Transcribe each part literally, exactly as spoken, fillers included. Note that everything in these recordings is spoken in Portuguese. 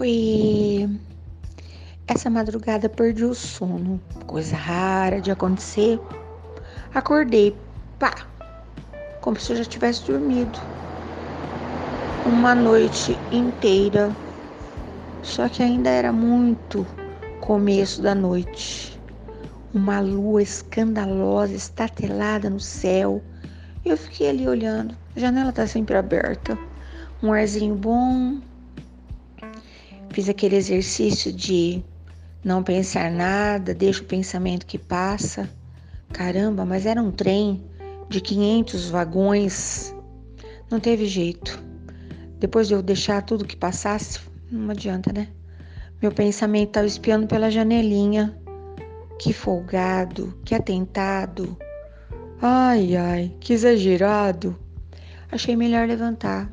Oi, essa madrugada perdi o sono, coisa rara de acontecer. Acordei, pá, como se eu já tivesse dormido uma noite inteira, só que ainda era muito começo da noite. Uma lua escandalosa, estatelada no céu. Eu fiquei ali olhando, a janela tá sempre aberta, um arzinho bom. Fiz aquele exercício de não pensar nada, deixa o pensamento que passa. Caramba, mas era um trem de quinhentos vagões. Não teve jeito. Depois de eu deixar tudo que passasse, não adianta, né? Meu pensamento estava espiando pela janelinha. Que folgado, que atentado. Ai, ai, que exagerado. Achei melhor levantar.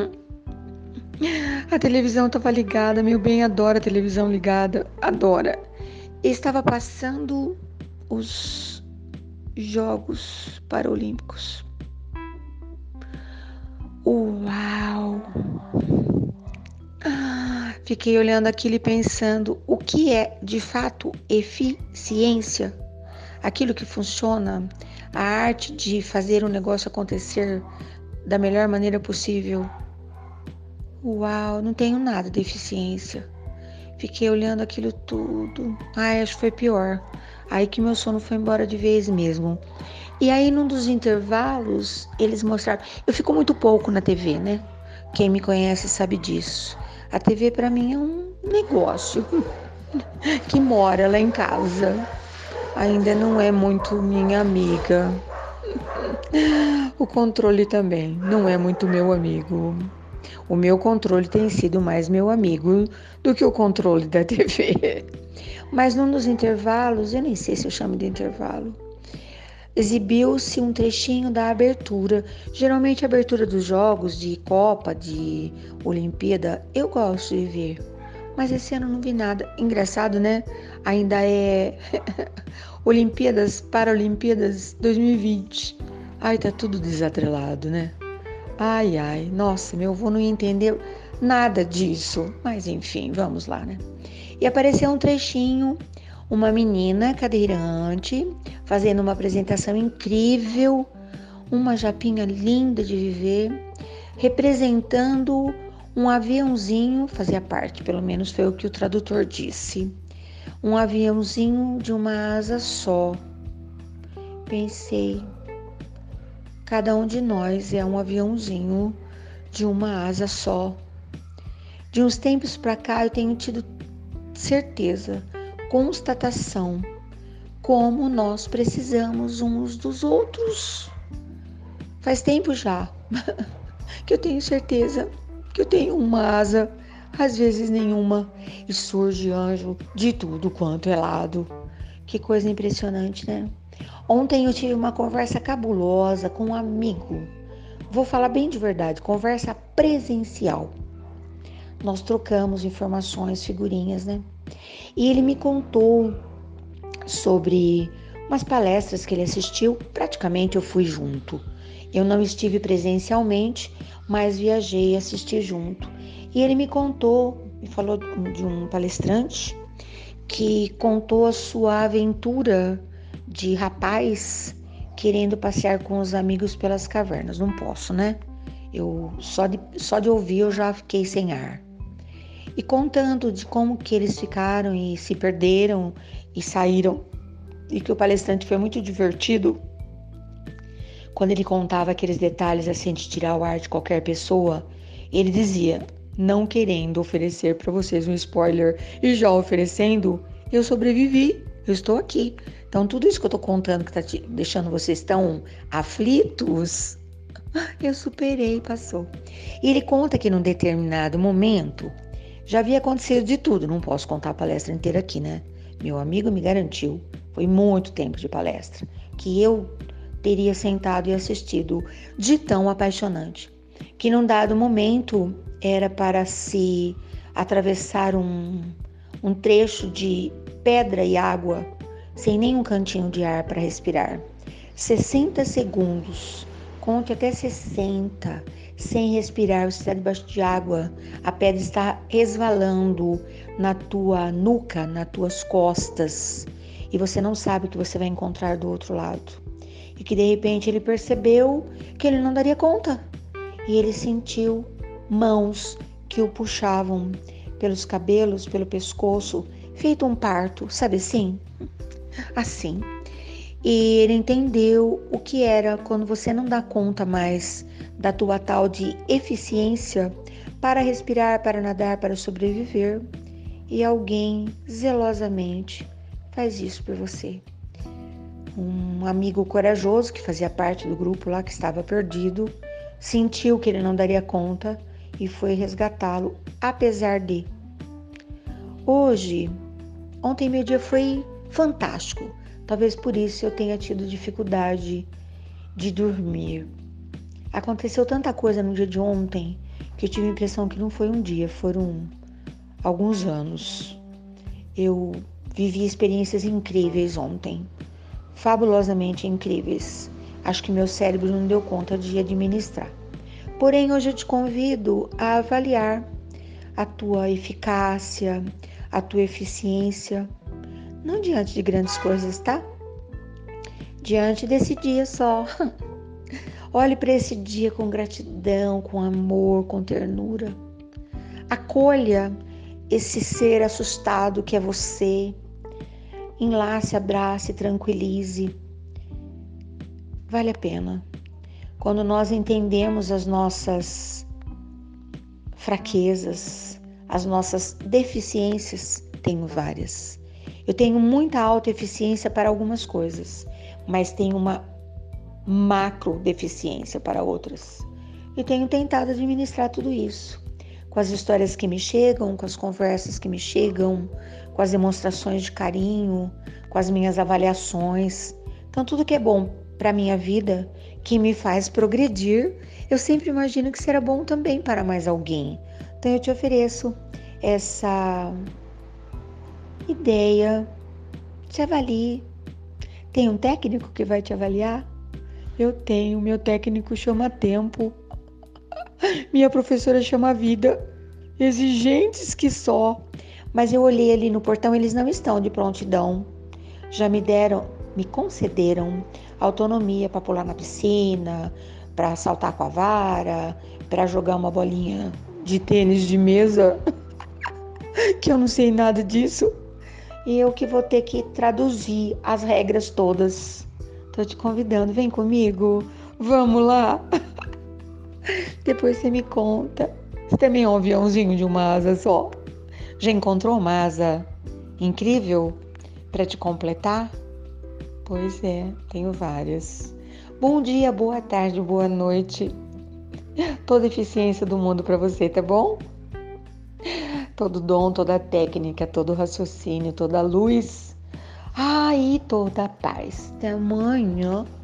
A televisão estava ligada, meu bem adora a televisão ligada, adora. Estava passando os Jogos Paralímpicos. Uau! Ah, fiquei olhando aquilo e pensando o que é de fato eficiência, aquilo que funciona, a arte de fazer um negócio acontecer da melhor maneira possível. Uau, não tenho nada de eficiência. Fiquei olhando aquilo tudo. Ai, acho que foi pior. Aí que meu sono foi embora de vez mesmo. E aí, num dos intervalos, eles mostraram... Eu fico muito pouco na T V, né? Quem me conhece sabe disso. A T V, pra mim, é um negócio que mora lá em casa. Ainda não é muito minha amiga. O controle também não é muito meu amigo. O meu controle tem sido mais meu amigo do que o controle da T V. Mas num dos intervalos, eu nem sei se eu chamo de intervalo, exibiu-se um trechinho da abertura. Geralmente a abertura dos jogos de Copa, de Olimpíada, eu gosto de ver. Mas esse ano não vi nada. Engraçado, né? Ainda é Olimpíadas, Paralimpíadas dois mil e vinte. Ai, tá tudo desatrelado, né? Ai, ai, nossa, meu avô não entendeu nada disso. Mas enfim, vamos lá, né? E apareceu um trechinho, uma menina cadeirante, fazendo uma apresentação incrível, uma japinha linda de viver, representando um aviãozinho, fazia parte, pelo menos foi o que o tradutor disse, um aviãozinho de uma asa só. Pensei, cada um de nós é um aviãozinho de uma asa só. De uns tempos para cá eu tenho tido certeza, constatação, como nós precisamos uns dos outros. Faz tempo já que eu tenho certeza que eu tenho uma asa, às vezes nenhuma, e surge anjo de tudo quanto é lado. Que coisa impressionante, né? Ontem eu tive uma conversa cabulosa com um amigo. Vou falar bem de verdade, conversa presencial. Nós trocamos informações, figurinhas, né? E ele me contou sobre umas palestras que ele assistiu. Praticamente eu fui junto. Eu não estive presencialmente, mas viajei e assisti junto. E ele me contou, me falou de um palestrante que contou a sua aventura de rapaz querendo passear com os amigos pelas cavernas. Não posso, né? Eu só de, só de ouvir eu já fiquei sem ar. E contando de como que eles ficaram e se perderam e saíram. E que o palestrante foi muito divertido quando ele contava aqueles detalhes assim de tirar o ar de qualquer pessoa. Ele dizia, não querendo oferecer para vocês um spoiler e já oferecendo, eu sobrevivi, eu estou aqui. Então tudo isso que eu estou contando que está deixando vocês tão aflitos, eu superei, passou. E ele conta que num determinado momento já havia acontecido de tudo, não posso contar a palestra inteira aqui, né? Meu amigo me garantiu, foi muito tempo de palestra, que eu teria sentado e assistido de tão apaixonante, que num dado momento era para se atravessar um, um trecho de pedra e água, sem nenhum cantinho de ar para respirar. sessenta segundos, conte até sessenta, sem respirar, você está debaixo de água, a pedra está resvalando na tua nuca, nas tuas costas, e você não sabe o que você vai encontrar do outro lado. E que de repente ele percebeu que ele não daria conta, e ele sentiu mãos que o puxavam pelos cabelos, pelo pescoço, feito um parto, sabe assim? Assim. E ele entendeu o que era quando você não dá conta mais da tua tal de eficiência para respirar, para nadar, para sobreviver, e alguém zelosamente faz isso por você. Um amigo corajoso que fazia parte do grupo lá, que estava perdido, sentiu que ele não daria conta e foi resgatá-lo, apesar de. Hoje, ontem meu dia foi fantástico. Talvez por isso eu tenha tido dificuldade de dormir. Aconteceu tanta coisa no dia de ontem que eu tive a impressão que não foi um dia, foram alguns anos. Eu vivi experiências incríveis ontem, fabulosamente incríveis. Acho que meu cérebro não deu conta de administrar. Porém, hoje eu te convido a avaliar a tua eficácia, a tua eficiência, não diante de grandes coisas, tá? Diante desse dia só. Olhe para esse dia com gratidão, com amor, com ternura. Acolha esse ser assustado que é você. Enlace, abrace, tranquilize. Vale a pena. Quando nós entendemos as nossas fraquezas, as nossas deficiências, tenho várias. Eu tenho muita autoeficiência para algumas coisas, mas tenho uma macro deficiência para outras. E tenho tentado administrar tudo isso, com as histórias que me chegam, com as conversas que me chegam, com as demonstrações de carinho, com as minhas avaliações. Então, tudo que é bom para a minha vida, que me faz progredir, eu sempre imagino que será bom também para mais alguém. Então, eu te ofereço essa ideia, te avalie. Tem um técnico que vai te avaliar? Eu tenho, meu técnico chama tempo, minha professora chama vida, exigentes que só. Mas eu olhei ali no portão, eles não estão de prontidão. Já me deram, me concederam autonomia para pular na piscina, para saltar com a vara, para jogar uma bolinha de tênis de mesa, que eu não sei nada disso. E eu que vou ter que traduzir as regras todas. Tô te convidando, vem comigo, vamos lá. Depois você me conta. Você também é um aviãozinho de uma asa só? Já encontrou uma asa incrível para te completar? Pois é, tenho várias. Bom dia, boa tarde, boa noite. Toda eficiência do mundo para você, tá bom? Todo dom, toda técnica, todo raciocínio, toda luz. Ah, e toda paz. Até amanhã.